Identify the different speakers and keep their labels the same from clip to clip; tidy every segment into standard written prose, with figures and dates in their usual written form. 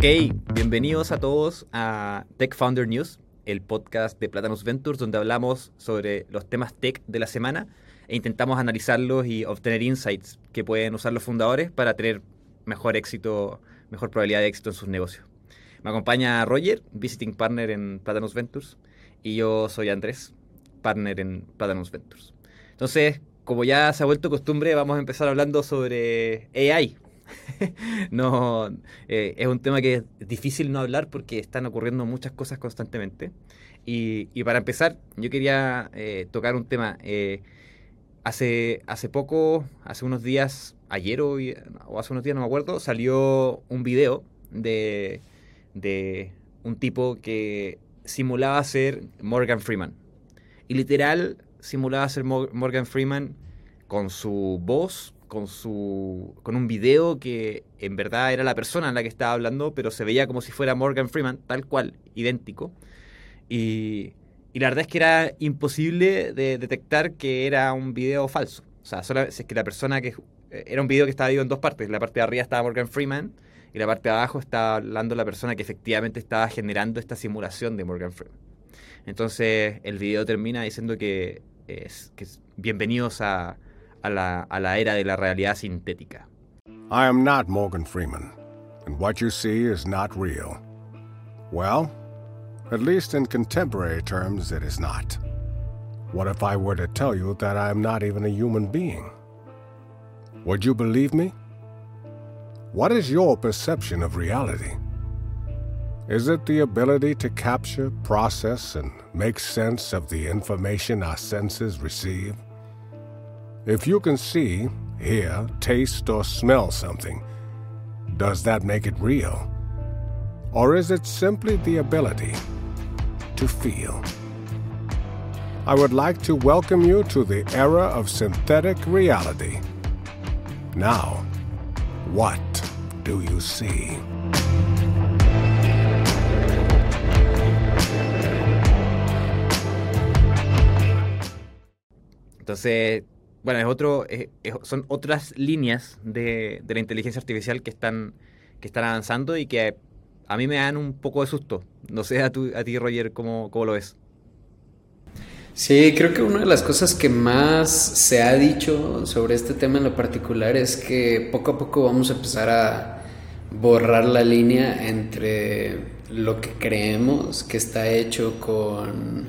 Speaker 1: Ok, bienvenidos a todos a Tech Founder News, el podcast de Platanus Ventures, donde hablamos sobre los temas tech de la semana e intentamos analizarlos y obtener insights que pueden usar los fundadores para tener mejor éxito, mejor probabilidad de éxito en sus negocios. Me acompaña Roger, Visiting Partner en Platanus Ventures, y yo soy Andrés, Partner en Platanus Ventures. Entonces, como ya se ha vuelto costumbre, vamos a empezar hablando sobre AI. No, es un tema que es difícil no hablar porque están ocurriendo muchas cosas constantemente. Y para empezar, yo quería tocar un tema. Hace poco, hace unos días, ayer o hace unos días, no me acuerdo, salió un video de un tipo que simulaba ser Morgan Freeman. Y literal simulaba ser Morgan Freeman con su voz, con un video que en verdad era la persona en la que estaba hablando, pero se veía como si fuera Morgan Freeman, tal cual, idéntico. Y la verdad es que era imposible de detectar que era un video falso. O sea, solo si es que la persona que... Era un video que estaba dividido en dos partes. La parte de arriba estaba Morgan Freeman y la parte de abajo estaba hablando la persona que efectivamente estaba generando esta simulación de Morgan Freeman. Entonces el video termina diciendo que bienvenidos a la era de la realidad sintética.
Speaker 2: I am not Morgan Freeman, and what you see is not real. Well, at least in contemporary terms, it is not. What if I were to tell you that I am not even a human being? Would you believe me? What is your perception of reality? Is it the ability to capture, process, and make sense of the information our senses receive? If you can see, hear, taste, or smell something, does that make it real? Or is it simply the ability to feel? I would like to welcome you to the era of synthetic reality. Now, what do you see?
Speaker 1: Entonces, bueno, son otras líneas de la inteligencia artificial que están avanzando y que a mí me dan un poco de susto. No sé a ti, Roger, ¿cómo lo ves?
Speaker 3: Sí, creo que una de las cosas que más se ha dicho sobre este tema en lo particular es que poco a poco vamos a empezar a borrar la línea entre lo que creemos que está hecho con,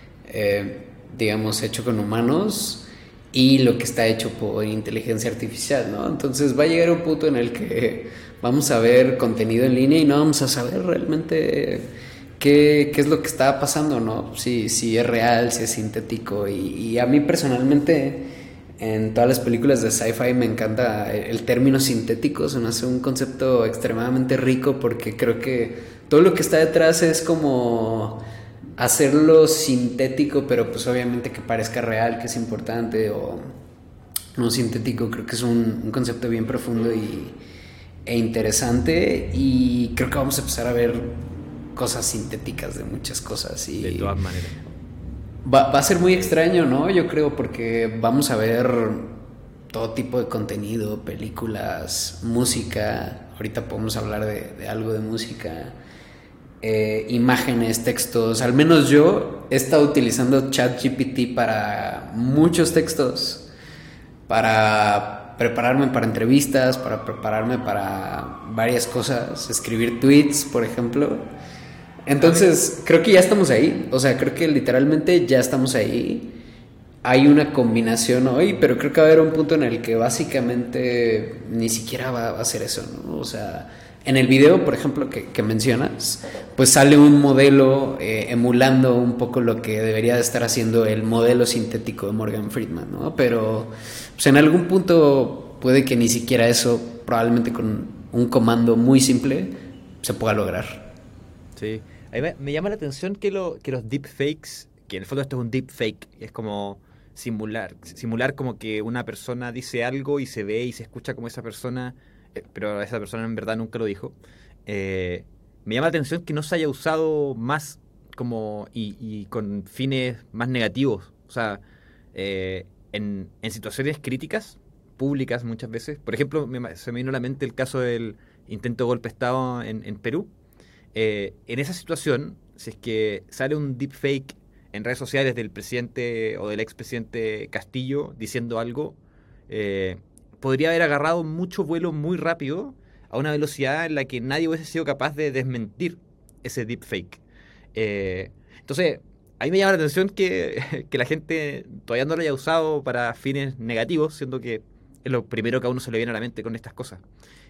Speaker 3: hecho con humanos y lo que está hecho por inteligencia artificial, ¿no? Entonces va a llegar un punto en el que vamos a ver contenido en línea y no vamos a saber realmente qué es lo que está pasando, ¿no? Si es real, si es sintético. Y a mí personalmente, en todas las películas de sci-fi me encanta el término sintético. Se me hace un concepto extremadamente rico porque creo que todo lo que está detrás es como hacerlo sintético, pero pues obviamente que parezca real, que es importante, o no sintético. Creo que es un concepto bien profundo e interesante, y creo que vamos a empezar a ver cosas sintéticas de muchas cosas. Y
Speaker 1: de todas maneras
Speaker 3: va a ser muy extraño, ¿no? Yo creo, porque vamos a ver todo tipo de contenido, películas, música. Ahorita podemos hablar de algo de música. Imágenes, textos. Al menos yo he estado utilizando ChatGPT para muchos textos, para prepararme para entrevistas, para prepararme para varias cosas, escribir tweets, por ejemplo. Entonces creo que ya estamos ahí. O sea, creo que literalmente ya estamos ahí. Hay una combinación hoy, pero creo que va a haber un punto en el que básicamente ni siquiera va a ser eso, ¿no? O sea, en el video, por ejemplo, que mencionas, pues sale un modelo emulando un poco lo que debería de estar haciendo el modelo sintético de Morgan Freeman, ¿no? Pero pues en algún punto puede que ni siquiera eso, probablemente con un comando muy simple, se pueda lograr.
Speaker 1: Sí. A mí me llama la atención que los deepfakes, que en el fondo esto es un deepfake, es como simular como que una persona dice algo y se ve y se escucha como esa persona, pero esa persona en verdad nunca lo dijo. Me llama la atención que no se haya usado más como y con fines más negativos. O sea, en situaciones críticas, públicas muchas veces. Por ejemplo, se me vino a la mente el caso del intento de golpe de Estado en Perú. En esa situación, si es que sale un deepfake en redes sociales del presidente o del expresidente Castillo diciendo algo, podría haber agarrado mucho vuelo muy rápido a una velocidad en la que nadie hubiese sido capaz de desmentir ese deepfake. Entonces, a mí me llama la atención que la gente todavía no lo haya usado para fines negativos, siendo que es lo primero que a uno se le viene a la mente con estas cosas.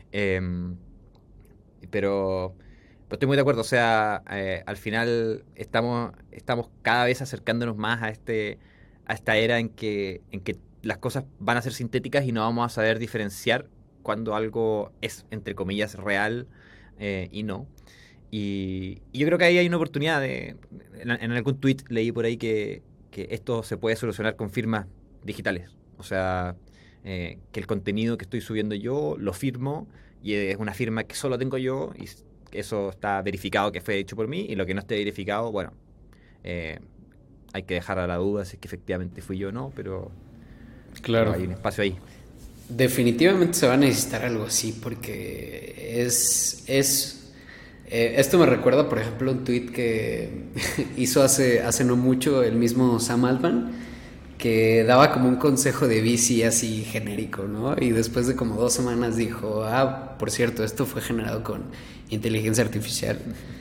Speaker 1: Pero estoy muy de acuerdo, o sea, al final estamos cada vez acercándonos más a esta era en que las cosas van a ser sintéticas y no vamos a saber diferenciar cuando algo es, entre comillas, real y no. Y yo creo que ahí hay una oportunidad en algún tweet leí por ahí que esto se puede solucionar con firmas digitales. O sea, que el contenido que estoy subiendo yo lo firmo y es una firma que solo tengo yo y eso está verificado que fue hecho por mí, y lo que no esté verificado, bueno, hay que dejar a la duda si es que efectivamente fui yo o no, pero
Speaker 3: claro,
Speaker 1: hay un espacio ahí.
Speaker 3: Definitivamente se va a necesitar algo así porque esto me recuerda, por ejemplo, un tweet que hizo hace no mucho el mismo Sam Altman, que daba como un consejo de bici así genérico, ¿no? Y después de como 2 semanas dijo, por cierto, esto fue generado con inteligencia artificial.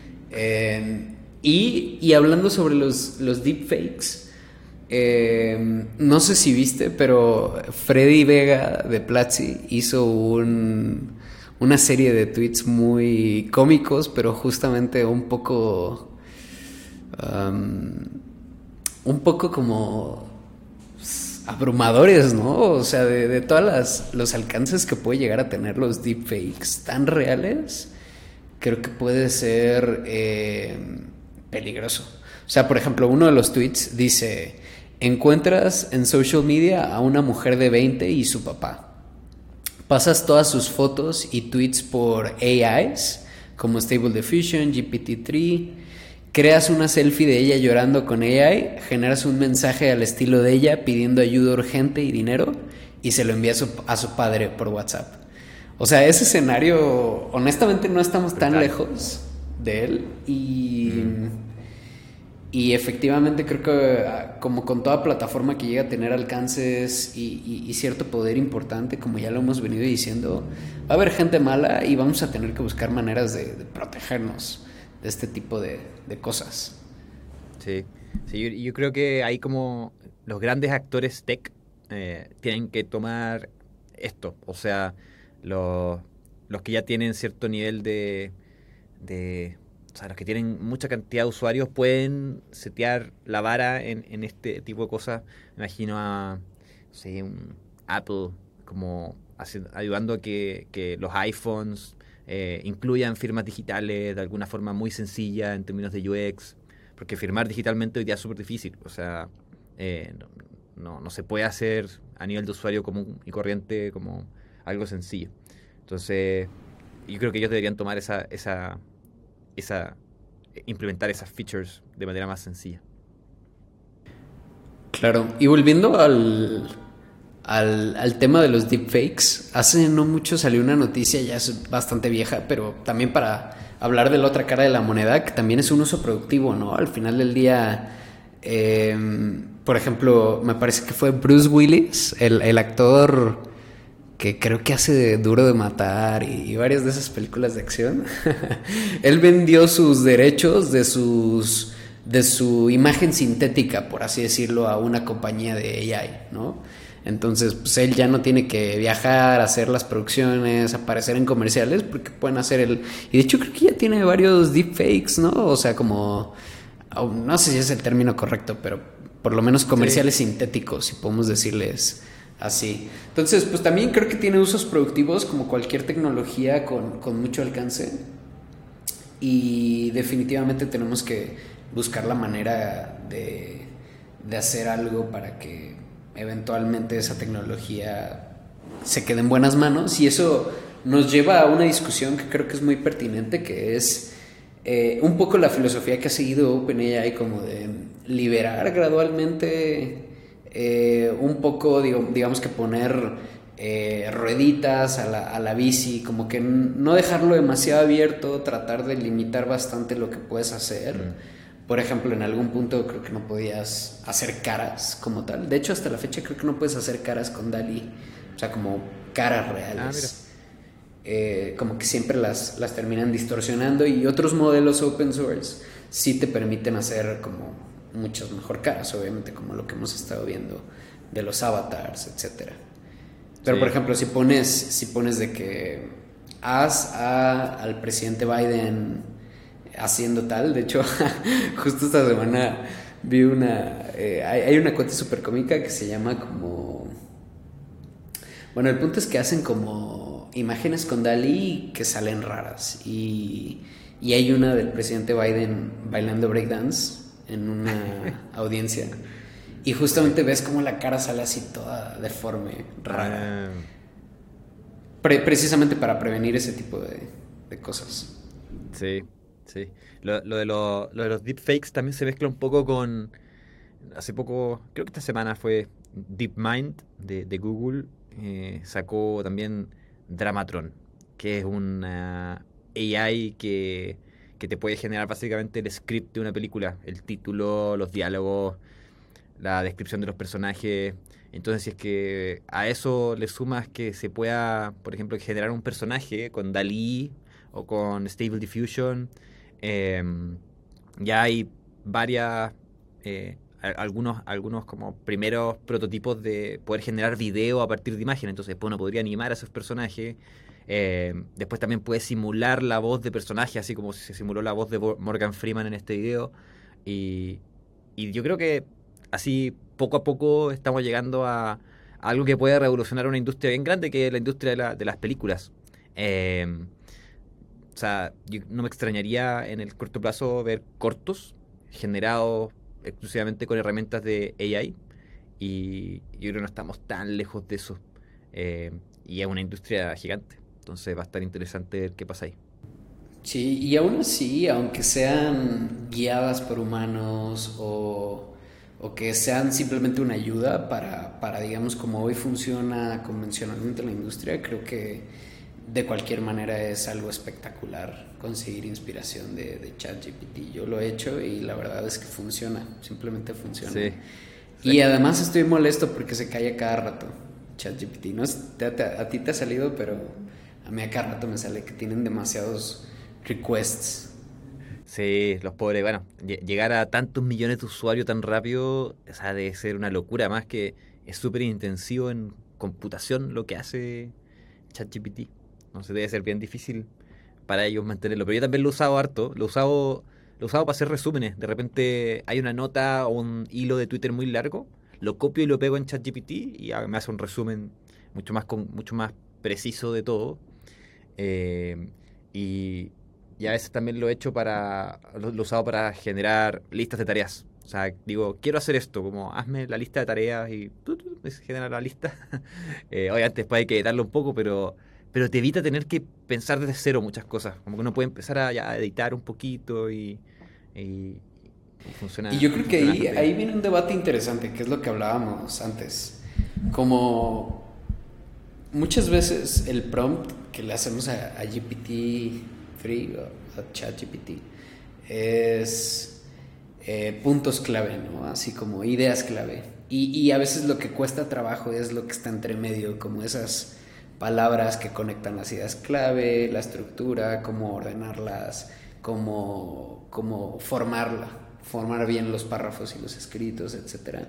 Speaker 3: Y hablando sobre los deepfakes, no sé si viste, pero Freddy Vega de Platzi hizo una serie de tweets muy cómicos, pero justamente un poco como abrumadores, ¿no? O sea, de todas los alcances que puede llegar a tener los deepfakes tan reales, creo que puede ser peligroso. O sea, por ejemplo, uno de los tweets dice: encuentras en social media a una mujer de 20 y su papá. Pasas todas sus fotos y tweets por AIs, como Stable Diffusion, GPT-3. Creas una selfie de ella llorando con AI, generas un mensaje al estilo de ella pidiendo ayuda urgente y dinero y se lo envías a su padre por WhatsApp. O sea, ese escenario, honestamente, no estamos tan lejos de él y efectivamente creo que como con toda plataforma que llega a tener alcances y cierto poder importante, como ya lo hemos venido diciendo, va a haber gente mala y vamos a tener que buscar maneras de protegernos de este tipo de cosas.
Speaker 1: Sí, yo creo que ahí como los grandes actores tech tienen que tomar esto, o sea, los que ya tienen cierto nivel o sea, los que tienen mucha cantidad de usuarios pueden setear la vara en este tipo de cosas. Me imagino a, no sé, un Apple como ayudando a que los iPhones incluyan firmas digitales de alguna forma muy sencilla en términos de UX, porque firmar digitalmente hoy día es súper difícil. O sea, no se puede hacer a nivel de usuario común y corriente como algo sencillo. Entonces, yo creo que ellos deberían tomar implementar esas features de manera más sencilla.
Speaker 3: Claro, y volviendo al tema de los deepfakes, hace no mucho salió una noticia, ya es bastante vieja, pero también para hablar de la otra cara de la moneda, que también es un uso productivo, ¿no? Al final del día, por ejemplo, me parece que fue Bruce Willis, el actor que creo que hace de Duro de Matar y varias de esas películas de acción. Él vendió sus derechos de su imagen sintética, por así decirlo, a una compañía de AI, ¿no? Entonces, pues él ya no tiene que viajar, hacer las producciones, aparecer en comerciales, porque pueden hacer y de hecho creo que ya tiene varios deepfakes, ¿no? O sea, como, no sé si es el término correcto, pero por lo menos comerciales sintéticos, si podemos decirles así. Entonces, pues también creo que tiene usos productivos como cualquier tecnología con mucho alcance. Y definitivamente tenemos que buscar la manera de hacer algo para que eventualmente esa tecnología se quede en buenas manos. Y eso nos lleva a una discusión que creo que es muy pertinente, que es un poco la filosofía que ha seguido OpenAI, como de liberar gradualmente un poco, digamos que poner rueditas a la bici, como que no dejarlo demasiado abierto, tratar de limitar bastante lo que puedes hacer. Por ejemplo, en algún punto creo que no podías hacer caras como tal. De hecho, hasta la fecha creo que no puedes hacer caras con DALL-E. O sea, como caras reales. Como que siempre las terminan distorsionando, y otros modelos open source sí te permiten hacer como muchas mejor caras, obviamente, como lo que hemos estado viendo de los avatars, etcétera. Pero sí, por ejemplo, si pones de que al presidente Biden haciendo tal, de hecho justo esta semana vi hay una cuenta súper cómica que se llama como, bueno, el punto es que hacen como imágenes con DALL-E que salen raras, y hay una del presidente Biden bailando breakdance en una audiencia, y justamente ves como la cara sale así toda deforme, rara. Precisamente para prevenir ese tipo de cosas.
Speaker 1: Sí, sí. Lo de los deepfakes también se mezcla un poco con... Hace poco, creo que esta semana fue DeepMind de Google, sacó también Dramatron, que es una AI que te puede generar básicamente el script de una película, el título, los diálogos, la descripción de los personajes. Entonces, si es que a eso le sumas que se pueda, por ejemplo, generar un personaje con DALL-E o con Stable Diffusion, ya hay varias, algunos como primeros prototipos de poder generar video a partir de imágenes. Entonces, después uno podría animar a esos personajes. Después también puede simular la voz de personaje, así como se simuló la voz de Morgan Freeman en este video. Y yo creo que así poco a poco estamos llegando a algo que puede revolucionar una industria bien grande, que es la industria de las películas. O sea, yo no me extrañaría en el corto plazo ver cortos generados exclusivamente con herramientas de AI, y yo creo que no estamos tan lejos de eso. Y es una industria gigante, entonces va a estar interesante ver qué pasa ahí.
Speaker 3: Sí, y aún así, aunque sean guiadas por humanos o que sean simplemente una ayuda para, digamos, como hoy funciona convencionalmente la industria, creo que de cualquier manera es algo espectacular conseguir inspiración de ChatGPT. Yo lo he hecho y la verdad es que funciona, simplemente funciona.
Speaker 1: Sí,
Speaker 3: sí. Y además estoy molesto porque se calla cada rato ChatGPT. No a ti te ha salido, pero a mí a cada rato me sale que tienen demasiados requests.
Speaker 1: Sí, los pobres, bueno, llegar a tantos millones de usuarios tan rápido, o sea, debe ser una locura, más que es súper intensivo en computación lo que hace ChatGPT. Entonces debe ser bien difícil para ellos mantenerlo. Pero yo también lo he usado harto, lo he usado para hacer resúmenes. De repente hay una nota o un hilo de Twitter muy largo, lo copio y lo pego en ChatGPT y me hace un resumen mucho más preciso de todo. Y a veces también lo he hecho lo he usado para generar listas de tareas. O sea, digo, quiero hacer esto, como hazme la lista de tareas y me genera la lista. Obviamente después hay que editarlo un poco, pero te evita tener que pensar desde cero muchas cosas. Como que uno puede empezar a editar un poquito y funciona.
Speaker 3: Y yo creo que ahí viene un debate interesante, que es lo que hablábamos antes. Como muchas veces el prompt que le hacemos a GPT-3 o a ChatGPT es puntos clave, ¿no? Así como ideas clave. Y a veces lo que cuesta trabajo es lo que está entre medio, como esas palabras que conectan las ideas clave, la estructura, cómo ordenarlas, cómo formar bien los párrafos y los escritos, etc.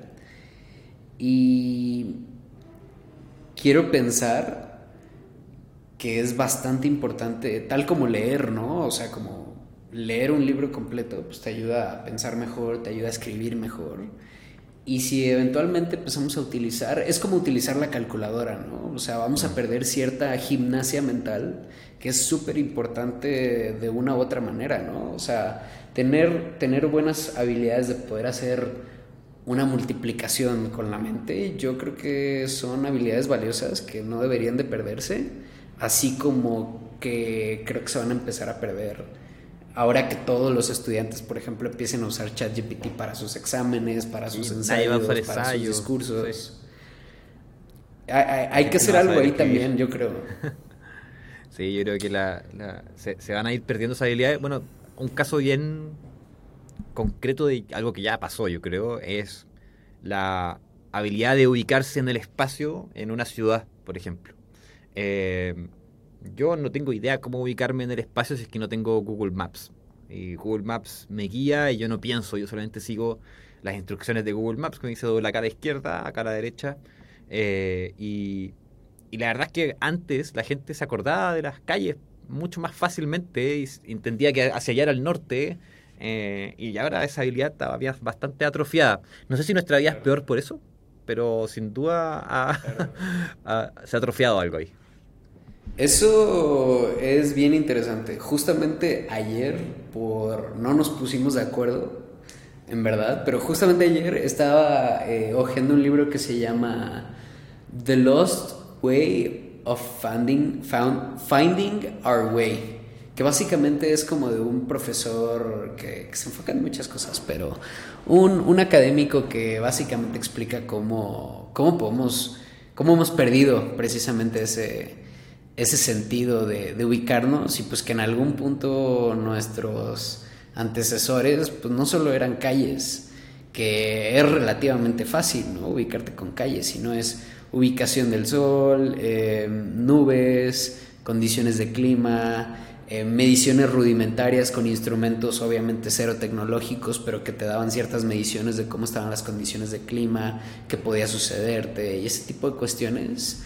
Speaker 3: Y quiero pensar que es bastante importante, tal como leer, ¿no? O sea, como leer un libro completo, pues te ayuda a pensar mejor, te ayuda a escribir mejor. Y si eventualmente empezamos a utilizar, es como utilizar la calculadora, ¿no? O sea, vamos a perder cierta gimnasia mental que es súper importante de una u otra manera, ¿no? O sea, tener buenas habilidades de poder hacer una multiplicación con la mente, yo creo que son habilidades valiosas que no deberían de perderse, así como que creo que se van a empezar a perder ahora que todos los estudiantes, por ejemplo, empiecen a usar ChatGPT para sus exámenes, para sus ensayos, para sus discursos. Sí. Hay que hacer
Speaker 1: no va a
Speaker 3: algo
Speaker 1: saber
Speaker 3: ahí
Speaker 1: escribir.
Speaker 3: también, yo creo.
Speaker 1: Sí, yo creo que se van a ir perdiendo esas habilidades. Bueno, un caso bien concreto de algo que ya pasó, yo creo, es la habilidad de ubicarse en el espacio en una ciudad, por ejemplo. Eh, yo no tengo idea cómo ubicarme en el espacio si es que no tengo Google Maps. Y Google Maps me guía y yo no pienso, yo solamente sigo las instrucciones de Google Maps, que me dice dobla acá a la izquierda, acá a la derecha. Eh, y, y la verdad es que antes la gente se acordaba de las calles mucho más fácilmente y entendía que hacia allá era el norte. Y ahora esa habilidad estaba bastante atrofiada. No sé si nuestra vida es peor por eso, pero sin duda se ha atrofiado algo ahí.
Speaker 3: Eso es bien interesante. Justamente ayer, no nos pusimos de acuerdo, en verdad, pero justamente ayer estaba hojeando un libro que se llama The Lost Way of Finding Our Way, que básicamente es como de un profesor que se enfoca en muchas cosas, pero un académico que básicamente explica cómo hemos perdido precisamente ese sentido de ubicarnos, y pues que en algún punto nuestros antecesores pues no solo eran calles, que es relativamente fácil, ¿no?, ubicarte con calles, sino es ubicación del sol, nubes, condiciones de clima, mediciones rudimentarias con instrumentos obviamente cero tecnológicos, pero que te daban ciertas mediciones de cómo estaban las condiciones de clima, qué podía sucederte y ese tipo de cuestiones.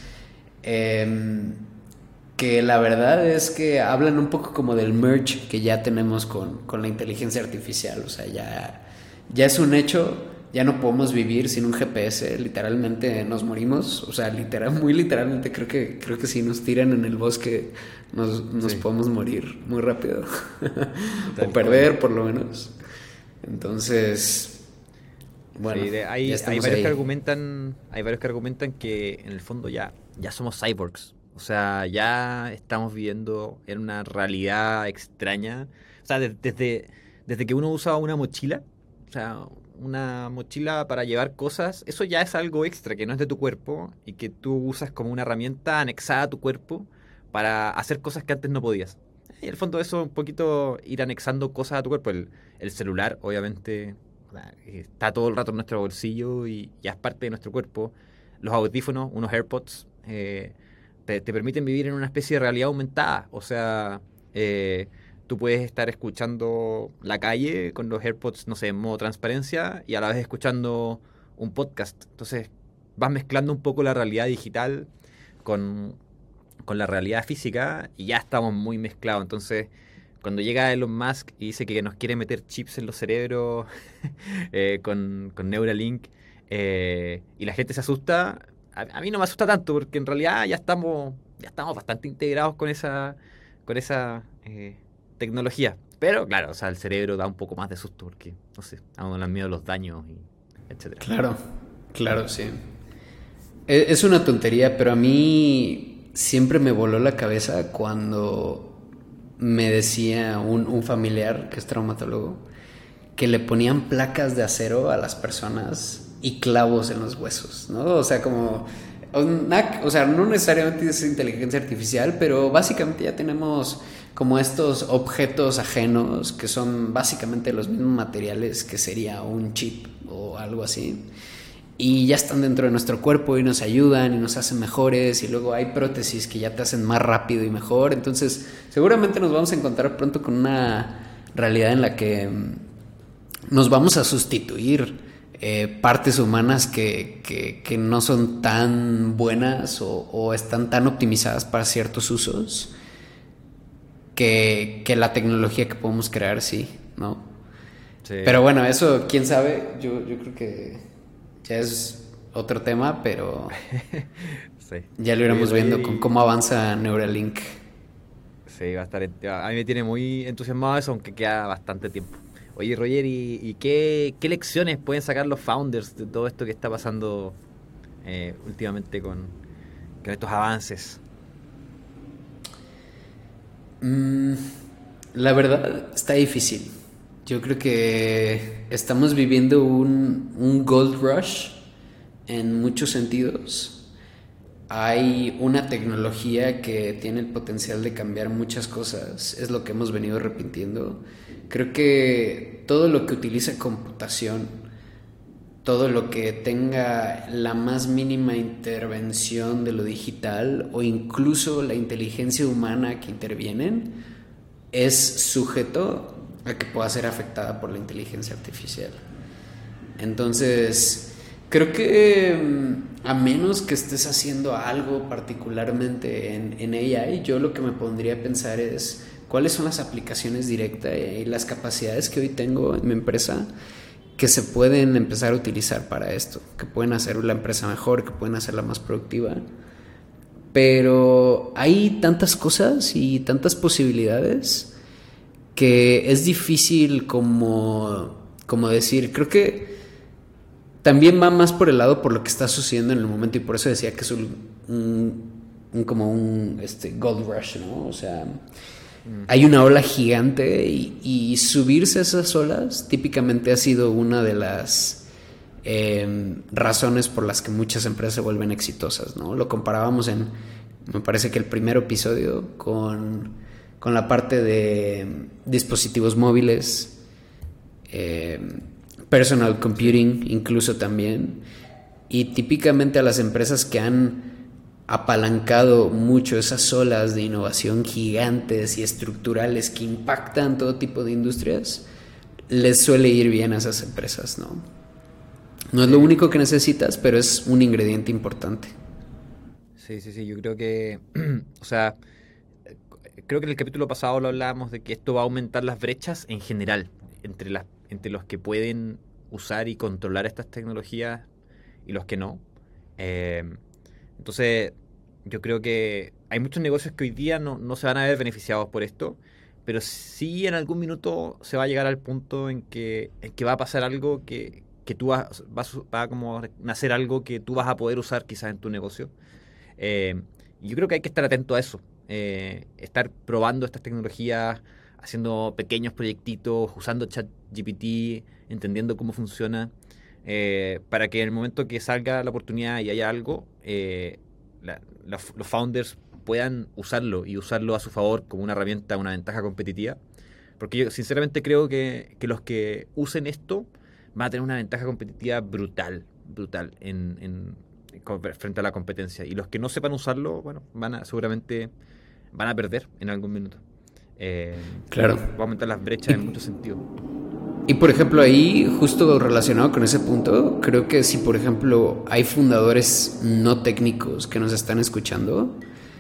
Speaker 3: Que la verdad es que hablan un poco como del merge que ya tenemos con la inteligencia artificial. O sea, ya es un hecho, ya no podemos vivir sin un GPS, literalmente nos morimos. O sea, muy literalmente creo que si nos tiran en el bosque nos
Speaker 1: Sí.
Speaker 3: podemos morir muy rápido.
Speaker 1: Tal
Speaker 3: O perder
Speaker 1: cual.
Speaker 3: por lo menos. Entonces, bueno,
Speaker 1: Sí,
Speaker 3: ya
Speaker 1: hay
Speaker 3: estamos
Speaker 1: varios que
Speaker 3: ahí.
Speaker 1: argumentan que en el fondo ya somos cyborgs. O sea, ya estamos viviendo en una realidad extraña. O sea, desde que uno usa una mochila, o sea, una mochila para llevar cosas, eso ya es algo extra que no es de tu cuerpo y que tú usas como una herramienta anexada a tu cuerpo para hacer cosas que antes no podías. Y en el fondo eso es un poquito ir anexando cosas a tu cuerpo. El celular, obviamente, está todo el rato en nuestro bolsillo y ya es parte de nuestro cuerpo. Los audífonos, unos AirPods, te permiten vivir en una especie de realidad aumentada. O sea, tú puedes estar escuchando la calle con los AirPods, no sé, en modo transparencia y a la vez escuchando un podcast. Entonces, vas mezclando un poco la realidad digital con, con la realidad física y ya estamos muy mezclados. Entonces, cuando llega Elon Musk y dice que nos quiere meter chips en los cerebros con Neuralink y la gente se asusta, a mí no me asusta tanto porque en realidad ya estamos bastante integrados con esa tecnología. Pero claro, o sea, el cerebro da un poco más de susto porque, no sé, a uno le dan miedo los daños y etcétera.
Speaker 3: Claro, claro, sí. Es una tontería, pero a mí siempre me voló la cabeza cuando me decía un familiar que es traumatólogo que le ponían placas de acero a las personas y clavos en los huesos, ¿no? O sea, o sea, no necesariamente es inteligencia artificial, pero básicamente ya tenemos como estos objetos ajenos que son básicamente los mismos materiales que sería un chip o algo así. Y ya están dentro de nuestro cuerpo y nos ayudan y nos hacen mejores, y luego hay prótesis que ya te hacen más rápido y mejor. Entonces seguramente nos vamos a encontrar pronto con una realidad en la que nos vamos a sustituir partes humanas que no son tan buenas o están tan optimizadas para ciertos usos que la tecnología que podemos crear, sí, ¿no?
Speaker 1: Sí.
Speaker 3: Pero bueno, eso, quién sabe, yo creo que ya es otro tema, pero
Speaker 1: Sí.
Speaker 3: ya lo
Speaker 1: Oye,
Speaker 3: iremos
Speaker 1: Roger,
Speaker 3: viendo con cómo avanza Neuralink.
Speaker 1: Sí, va a estar. A mí me tiene muy entusiasmado eso, aunque queda bastante tiempo. Oye, Roger, ¿y qué lecciones pueden sacar los founders de todo esto que está pasando últimamente con estos avances?
Speaker 3: Mm, la verdad está difícil. Yo creo que estamos viviendo un gold rush en muchos sentidos, hay una tecnología que tiene el potencial de cambiar muchas cosas, es lo que hemos venido repitiendo. Creo que todo lo que utiliza computación, todo lo que tenga la más mínima intervención de lo digital o incluso la inteligencia humana que intervienen, es sujeto a que pueda ser afectada por la inteligencia artificial. Entonces, creo que a menos que estés haciendo algo particularmente en AI, yo lo que me pondría a pensar es cuáles son las aplicaciones directas y las capacidades que hoy tengo en mi empresa que se pueden empezar a utilizar para esto, que pueden hacer la empresa mejor, que pueden hacerla más productiva. Pero hay tantas cosas y tantas posibilidades que es difícil como decir. Creo que también va más por el lado por lo que está sucediendo en el momento, y por eso decía que es como un gold rush, ¿no? O sea, hay una ola gigante y subirse a esas olas típicamente ha sido una de las razones por las que muchas empresas se vuelven exitosas, ¿no? Lo comparábamos me parece que el primer episodio con la parte de dispositivos móviles, personal computing incluso también, y típicamente a las empresas que han apalancado mucho esas olas de innovación gigantes y estructurales que impactan todo tipo de industrias, les suele ir bien a esas empresas, ¿no? No es lo único que necesitas, pero es un ingrediente importante.
Speaker 1: Sí, yo creo que, o sea, creo que en el capítulo pasado lo hablábamos de que esto va a aumentar las brechas en general entre los que pueden usar y controlar estas tecnologías y los que no. Entonces, yo creo que hay muchos negocios que hoy día no se van a ver beneficiados por esto, pero sí en algún minuto se va a llegar al punto en que va a pasar algo que tú va a como nacer algo que tú vas a poder usar quizás en tu negocio. Y yo creo que hay que estar atento a eso, estar probando estas tecnologías, haciendo pequeños proyectitos, usando ChatGPT, entendiendo cómo funciona, para que en el momento que salga la oportunidad y haya algo, los founders puedan usarlo y usarlo a su favor como una herramienta, una ventaja competitiva. Porque yo sinceramente creo que los que usen esto van a tener una ventaja competitiva brutal frente a la competencia. Y los que no sepan usarlo, bueno, seguramente van a perder en algún minuto.
Speaker 3: Claro.
Speaker 1: Va a aumentar las brechas en muchos sentidos.
Speaker 3: Y por ejemplo ahí, justo relacionado con ese punto, creo que si por ejemplo hay fundadores no técnicos que nos están escuchando,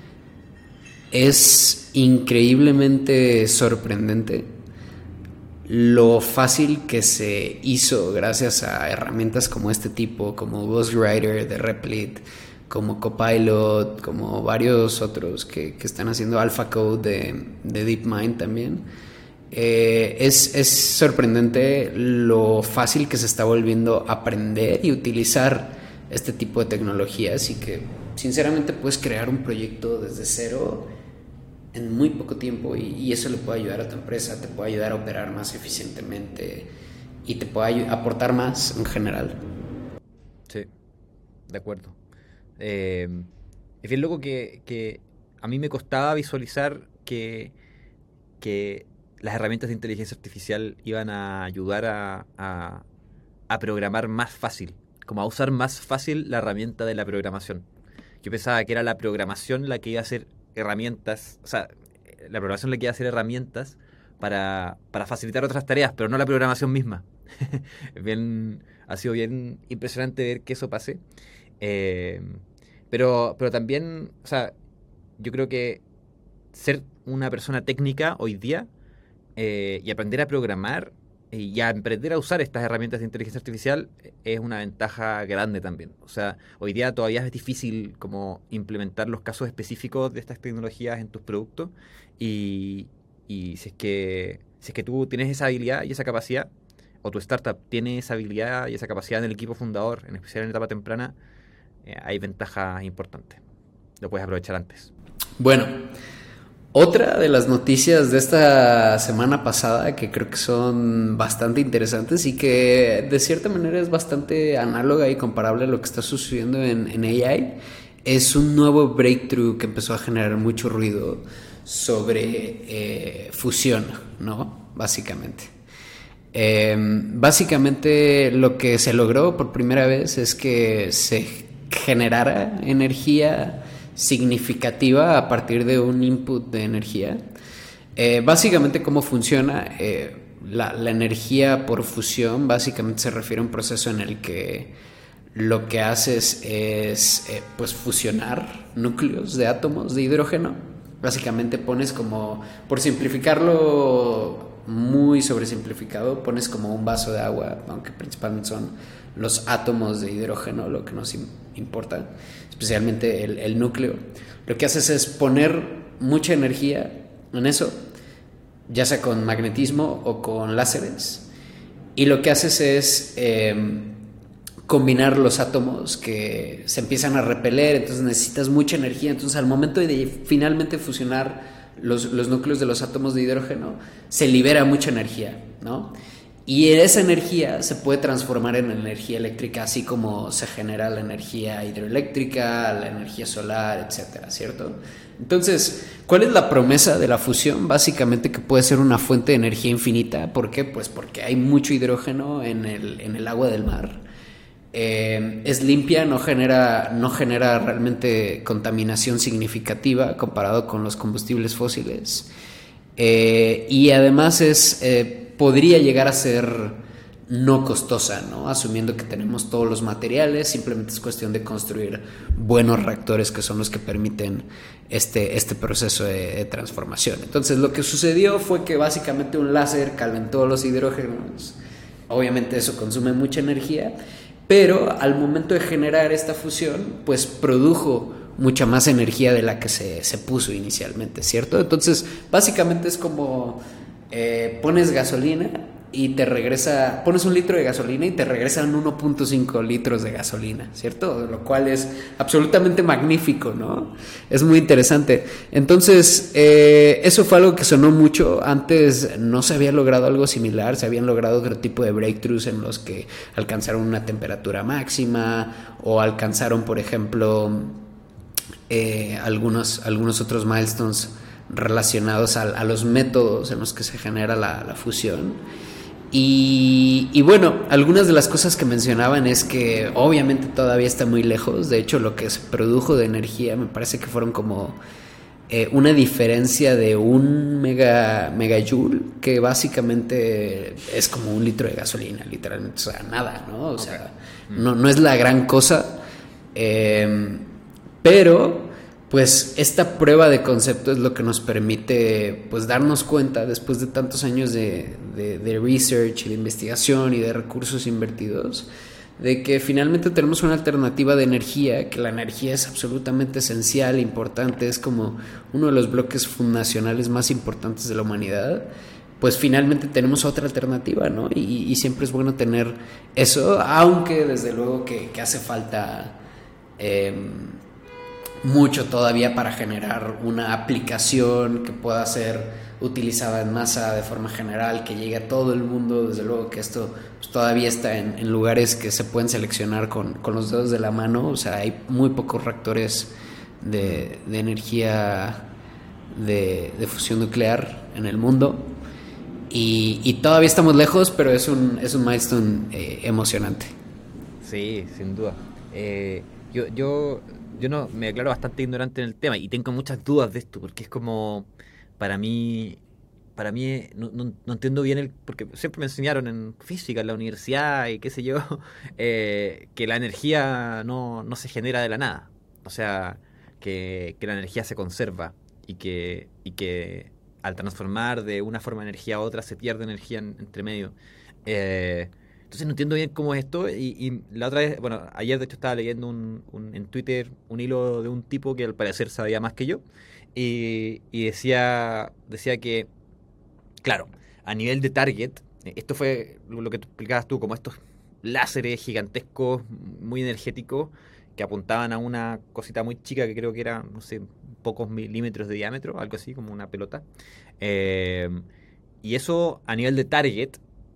Speaker 3: es increíblemente sorprendente lo fácil que se hizo gracias a herramientas como este tipo, como Ghostwriter de Replit, como Copilot, como varios otros que están haciendo AlphaCode de DeepMind también. Es sorprendente lo fácil que se está volviendo aprender y utilizar este tipo de tecnologías, y que sinceramente puedes crear un proyecto desde cero en muy poco tiempo, y eso le puede ayudar a tu empresa, te puede ayudar a operar más eficientemente y te puede aportar más en general.
Speaker 1: Sí, de acuerdo. Es bien loco que a mí me costaba visualizar que las herramientas de inteligencia artificial iban a ayudar a programar más fácil, como a usar más fácil la herramienta de la programación. Yo pensaba que era la programación la que iba a hacer herramientas, o sea, la programación la que iba a hacer herramientas para facilitar otras tareas, pero no la programación misma. Ha sido bien impresionante ver que eso pase. Pero también, o sea, yo creo que ser una persona técnica hoy día y aprender a programar y a aprender a usar estas herramientas de inteligencia artificial es una ventaja grande también. O sea, hoy día todavía es difícil como implementar los casos específicos de estas tecnologías en tus productos, y si es que tú tienes esa habilidad y esa capacidad, o tu startup tiene esa habilidad y esa capacidad en el equipo fundador, en especial en etapa temprana, hay ventajas importantes. Lo puedes aprovechar antes.
Speaker 3: Bueno, otra de las noticias de esta semana pasada que creo que son bastante interesantes y que de cierta manera es bastante análoga y comparable a lo que está sucediendo en AI es un nuevo breakthrough que empezó a generar mucho ruido sobre fusión, ¿no? Básicamente. Básicamente lo que se logró por primera vez es que se generara energía significativa a partir de un input de energía. Básicamente cómo funciona la energía por fusión. Básicamente se refiere a un proceso en el que lo que haces es pues fusionar núcleos de átomos de hidrógeno. Básicamente pones como, por simplificarlo muy sobresimplificado, pones como un vaso de agua, aunque principalmente son los átomos de hidrógeno lo que nos importa, especialmente el núcleo. Lo que haces es poner mucha energía en eso, ya sea con magnetismo o con láseres, y lo que haces es combinar los átomos que se empiezan a repeler, entonces necesitas mucha energía. Entonces al momento de finalmente fusionar los núcleos de los átomos de hidrógeno, se libera mucha energía, ¿no? Y esa energía se puede transformar en energía eléctrica, así como se genera la energía hidroeléctrica, la energía solar, etcétera, ¿cierto? Entonces, ¿cuál es la promesa de la fusión? Básicamente que puede ser una fuente de energía infinita. ¿Por qué? Pues porque hay mucho hidrógeno en el agua del mar. Es limpia, no genera realmente contaminación significativa comparado con los combustibles fósiles, y además podría llegar a ser no costosa, ¿no? Asumiendo que tenemos todos los materiales, simplemente es cuestión de construir buenos reactores que son los que permiten este proceso de transformación. Entonces lo que sucedió fue que básicamente un láser calentó los hidrógenos. Obviamente eso consume mucha energía, pero al momento de generar esta fusión, pues produjo mucha más energía de la que se puso inicialmente, ¿cierto? Entonces, básicamente es como pones gasolina y te regresa, pones 1 litro de gasolina y te regresan 1.5 litros de gasolina, ¿cierto? Lo cual es absolutamente magnífico, ¿no? Es muy interesante. Entonces, eso fue algo que sonó mucho. Antes no se había logrado algo similar, se habían logrado otro tipo de breakthroughs en los que alcanzaron una temperatura máxima o alcanzaron, por ejemplo, algunos otros milestones relacionados a los métodos en los que se genera la fusión. Y bueno, algunas de las cosas que mencionaban es que obviamente todavía está muy lejos. De hecho, lo que se produjo de energía me parece que fueron como una diferencia de 1 megajoule, que básicamente es como 1 litro de gasolina, literalmente. O sea, nada, ¿no? O sea, no es la gran cosa, pero pues esta prueba de concepto es lo que nos permite pues darnos cuenta, después de tantos años de research y de investigación y de recursos invertidos, de que finalmente tenemos una alternativa de energía, que la energía es absolutamente esencial, importante, es como uno de los bloques fundacionales más importantes de la humanidad. Pues finalmente tenemos otra alternativa, ¿no? Y siempre es bueno tener eso, aunque desde luego que hace falta mucho todavía para generar una aplicación que pueda ser utilizada en masa de forma general, que llegue a todo el mundo. Desde luego que esto pues, todavía está en lugares que se pueden seleccionar con los dedos de la mano. O sea, hay muy pocos reactores de energía de fusión nuclear en el mundo, y todavía estamos lejos, pero es un milestone emocionante.
Speaker 1: Sí, sin duda. Yo no me declaro bastante ignorante en el tema y tengo muchas dudas de esto, porque es como, para mí no entiendo bien porque siempre me enseñaron en física en la universidad y qué sé yo, que la energía no se genera de la nada. O sea, que la energía se conserva y que al transformar de una forma de energía a otra se pierde energía entre medio. Entonces no entiendo bien cómo es esto, y la otra vez, bueno, ayer de hecho estaba leyendo en Twitter un hilo de un tipo que al parecer sabía más que yo, y decía que, claro, a nivel de target, esto fue lo que tú explicabas tú, como estos láseres gigantescos, muy energéticos, que apuntaban a una cosita muy chica que creo que era, no sé, pocos milímetros de diámetro, algo así, como una pelota. Y eso a nivel de target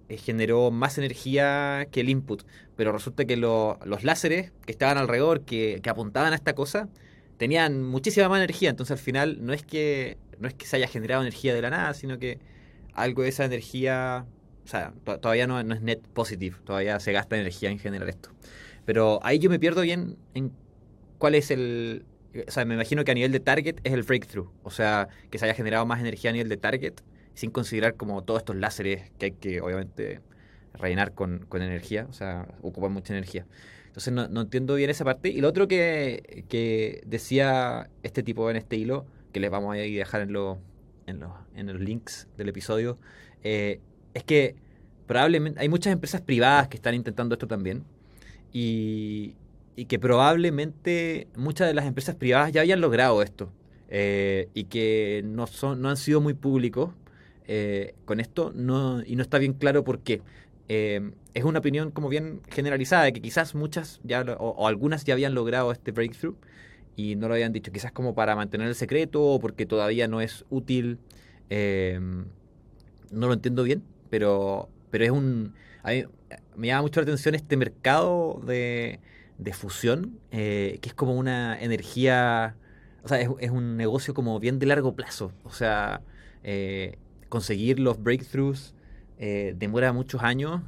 Speaker 1: generó más energía que el input, pero resulta que los láseres que estaban alrededor, que apuntaban a esta cosa, tenían muchísima más energía. Entonces al final no es que se haya generado energía de la nada, sino que algo de esa energía, o sea, todavía no es net positive, todavía se gasta energía en generar esto. Pero ahí yo me pierdo bien en cuál es o sea, me imagino que a nivel de target es el breakthrough, o sea, que se haya generado más energía a nivel de target, sin considerar como todos estos láseres que hay que obviamente rellenar con energía, o sea, ocupan mucha energía. Entonces no entiendo bien esa parte. Y lo otro que decía este tipo en este hilo, que les vamos a ir a dejar en los links del episodio, es que probablemente hay muchas empresas privadas que están intentando esto también, y que probablemente muchas de las empresas privadas ya habían logrado esto, y que no han sido muy públicos con esto, y no está bien claro por qué. Es una opinión como bien generalizada de que quizás muchas o algunas ya habían logrado este breakthrough y no lo habían dicho, quizás como para mantener el secreto o porque todavía no es útil. No lo entiendo bien, pero a mí me llama mucho la atención este mercado de fusión, que es como una energía, o sea, es un negocio como bien de largo plazo. O sea, conseguir los breakthroughs demora muchos años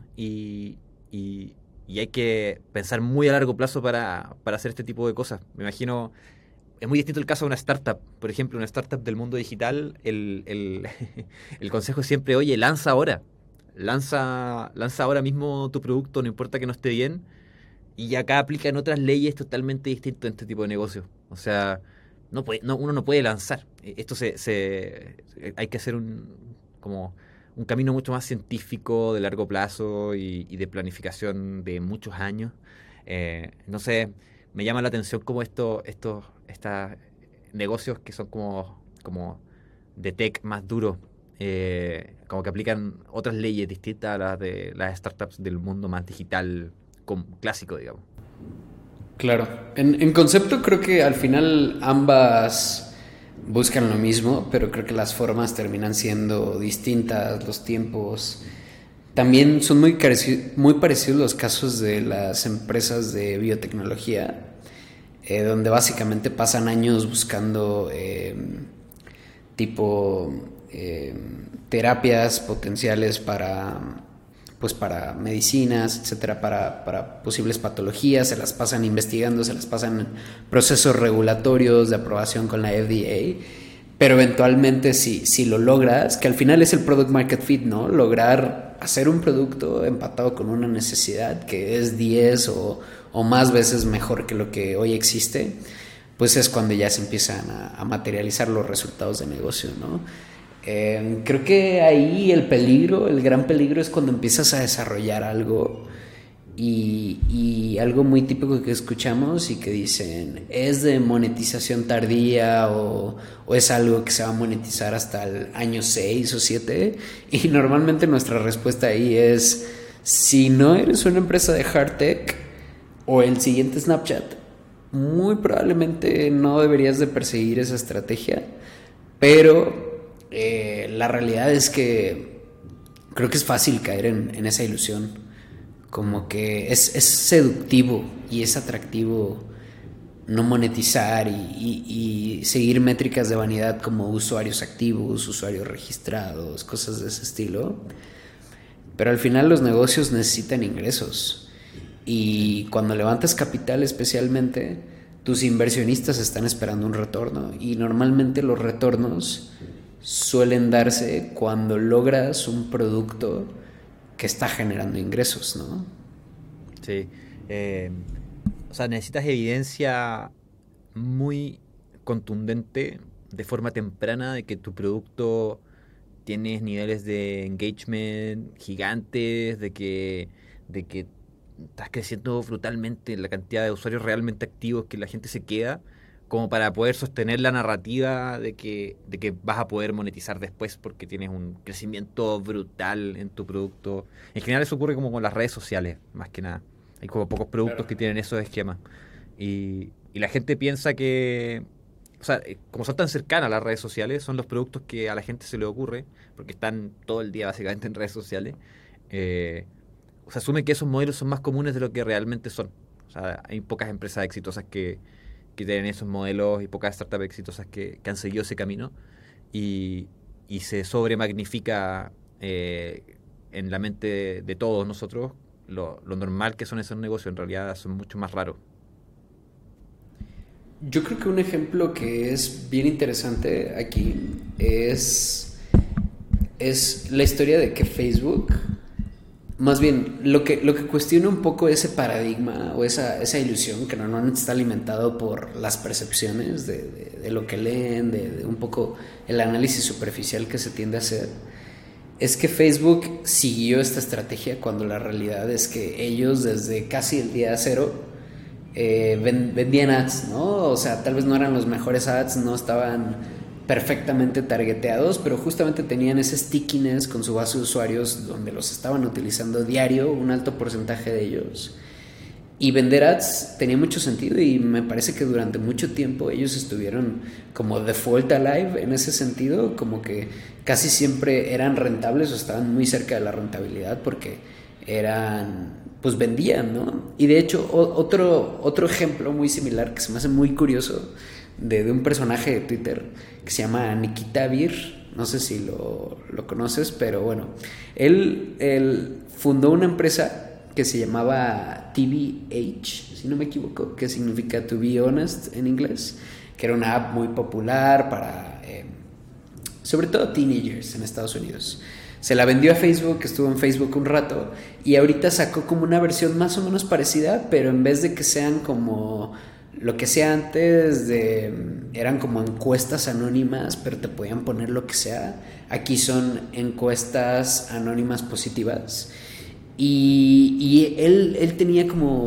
Speaker 1: y hay que pensar muy a largo plazo para hacer este tipo de cosas. Me imagino, es muy distinto el caso de una startup. Por ejemplo, una startup del mundo digital, el consejo es siempre, oye, lanza ahora. Lanza ahora mismo tu producto, no importa que no esté bien. Y acá aplican otras leyes totalmente distintas en este tipo de negocios. O sea, uno no puede lanzar. Esto hay que hacer como un camino mucho más científico, de largo plazo y de planificación de muchos años. Entonces, me llama la atención como estos negocios que son como de tech más duros, como que aplican otras leyes distintas a las de las startups del mundo más digital clásico, digamos.
Speaker 3: Claro. En concepto creo que al final ambas buscan lo mismo, pero creo que las formas terminan siendo distintas, los tiempos. También son muy parecidos los casos de las empresas de biotecnología, donde básicamente pasan años buscando terapias potenciales para medicinas, etcétera, para posibles patologías, se las pasan investigando, se las pasan en procesos regulatorios de aprobación con la FDA, pero eventualmente si lo logras, que al final es el product market fit, ¿no? Lograr hacer un producto empatado con una necesidad que es 10 o más veces mejor que lo que hoy existe, pues es cuando ya se empiezan a materializar los resultados de negocio, ¿no? Creo que ahí el gran peligro es cuando empiezas a desarrollar algo y algo muy típico que escuchamos y que dicen es de monetización tardía o es algo que se va a monetizar hasta el año 6 o 7, y normalmente nuestra respuesta ahí es: si no eres una empresa de hard tech o el siguiente Snapchat, muy probablemente no deberías de perseguir esa estrategia, pero la realidad es que creo que es fácil caer en esa ilusión, como que es seductivo y es atractivo no monetizar y seguir métricas de vanidad como usuarios activos, usuarios registrados, cosas de ese estilo, pero al final los negocios necesitan ingresos y cuando levantas capital especialmente, tus inversionistas están esperando un retorno y normalmente los retornos suelen darse cuando logras un producto que está generando ingresos, ¿no?
Speaker 1: Sí. O sea, necesitas evidencia muy contundente de forma temprana de que tu producto tiene niveles de engagement gigantes, de que estás creciendo brutalmente en la cantidad de usuarios realmente activos, que la gente se queda, como para poder sostener la narrativa de que vas a poder monetizar después porque tienes un crecimiento brutal en tu producto. En general eso ocurre como con las redes sociales, más que nada. Hay como pocos productos que tienen esos esquemas. Y la gente piensa que, o sea, como son tan cercanas a las redes sociales, son los productos que a la gente se le ocurre, porque están todo el día básicamente en redes sociales, se asume que esos modelos son más comunes de lo que realmente son. O sea, hay pocas empresas exitosas que tienen esos modelos y pocas startups exitosas que han seguido ese camino y se sobremagnifica en la mente de todos nosotros lo normal que son esos negocios. En realidad son mucho más raros.
Speaker 3: Yo creo que un ejemplo que es bien interesante aquí es la historia de que Facebook, más bien lo que cuestiona un poco ese paradigma o esa ilusión que normalmente está alimentado por las percepciones de lo que leen, de un poco el análisis superficial que se tiende a hacer, es que Facebook siguió esta estrategia cuando la realidad es que ellos desde casi el día cero vendían ads, ¿no? O sea, tal vez no eran los mejores ads, no estaban perfectamente targeteados, pero justamente tenían ese stickiness con su base de usuarios donde los estaban utilizando diario, un alto porcentaje de ellos. Y vender ads tenía mucho sentido y me parece que durante mucho tiempo ellos estuvieron como default alive en ese sentido, como que casi siempre eran rentables o estaban muy cerca de la rentabilidad porque pues vendían, ¿no? Y de hecho otro ejemplo muy similar que se me hace muy curioso de un personaje de Twitter que se llama Nikita Vir, no sé si lo conoces, pero bueno, él fundó una empresa que se llamaba TBH, si no me equivoco, que significa To Be Honest en inglés, que era una app muy popular para sobre todo teenagers en Estados Unidos. Se la vendió a Facebook, estuvo en Facebook un rato y ahorita sacó como una versión más o menos parecida, pero en vez de que sean como lo que sea antes, eran como encuestas anónimas, pero te podían poner lo que sea. Aquí son encuestas anónimas positivas. Y él tenía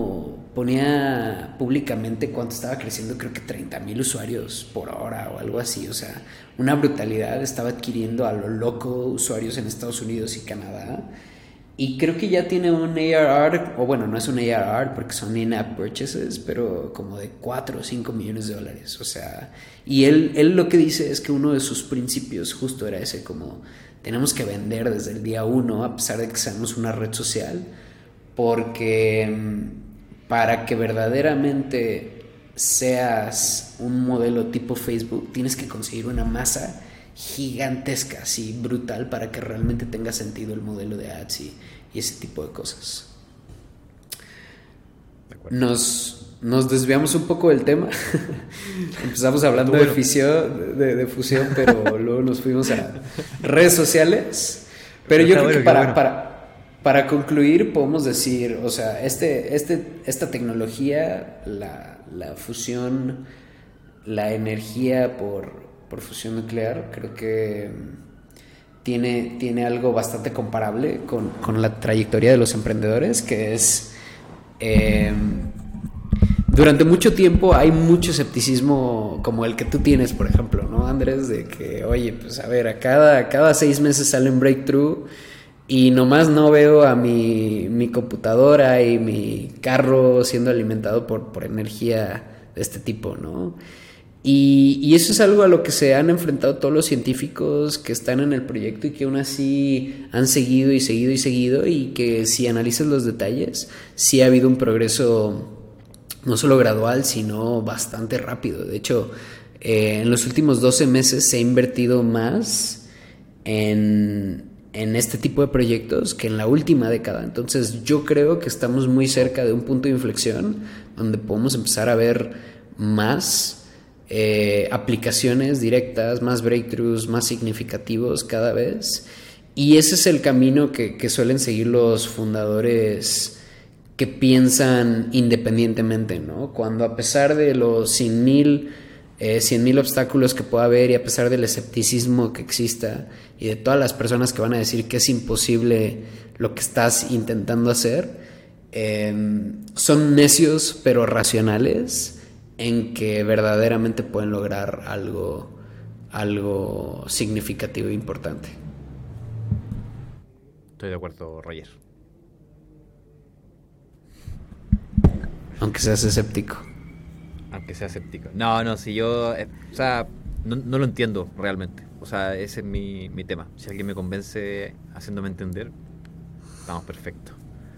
Speaker 3: ponía públicamente cuánto estaba creciendo, creo que 30,000 usuarios por hora o algo así, o sea, una brutalidad. Estaba adquiriendo a lo loco usuarios en Estados Unidos y Canadá, y creo que ya tiene un ARR, o bueno, no es un ARR porque son in-app purchases, pero como de 4 o 5 millones de dólares, o sea, y él lo que dice es que uno de sus principios justo era ese, como tenemos que vender desde el día 1 a pesar de que seamos una red social, porque para que verdaderamente seas un modelo tipo Facebook tienes que conseguir una masa gigantesca, así brutal, para que realmente tenga sentido el modelo de ads y ese tipo de cosas. Nos desviamos un poco del tema. Empezamos hablando de fusión, pero luego nos fuimos a redes sociales. Pero yo creo que para concluir podemos decir, o sea, esta tecnología, la fusión, la energía por fusión nuclear, creo que tiene algo bastante comparable con la trayectoria de los emprendedores, que es durante mucho tiempo hay mucho escepticismo como el que tú tienes, por ejemplo, ¿no, Andrés? De que, oye, pues a ver, a cada 6 meses sale un breakthrough y nomás no veo a mi computadora y mi carro siendo alimentado por energía de este tipo, ¿no? Y eso es algo a lo que se han enfrentado todos los científicos que están en el proyecto y que aún así han seguido y que si analizas los detalles, sí ha habido un progreso no solo gradual, sino bastante rápido. De hecho, en los últimos 12 meses se ha invertido más en este tipo de proyectos que en la última década. Entonces yo creo que estamos muy cerca de un punto de inflexión donde podemos empezar a ver más aplicaciones directas, más breakthroughs, más significativos cada vez, y ese es el camino que suelen seguir los fundadores que piensan independientemente, ¿no? Cuando a pesar de los 100,000 obstáculos que pueda haber y a pesar del escepticismo que exista y de todas las personas que van a decir que es imposible lo que estás intentando hacer, son necios pero racionales en que verdaderamente pueden lograr algo significativo e importante.
Speaker 1: Estoy de acuerdo, Roger.
Speaker 3: Aunque seas escéptico.
Speaker 1: No, si yo... o sea, no lo entiendo realmente. O sea, ese es mi tema. Si alguien me convence haciéndome entender, Estamos perfectos.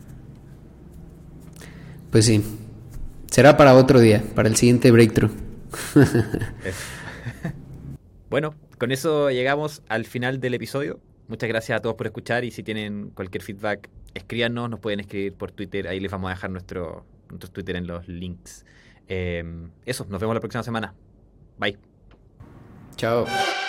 Speaker 3: Pues sí. Será para otro día, para el siguiente breakthrough.
Speaker 1: Bueno, con eso llegamos al final del episodio. Muchas gracias a todos por escuchar y si tienen cualquier feedback, escríbanos, nos pueden escribir por Twitter. Ahí les vamos a dejar nuestros Twitter en los links. Eso, nos vemos la próxima semana. Bye.
Speaker 3: Chao.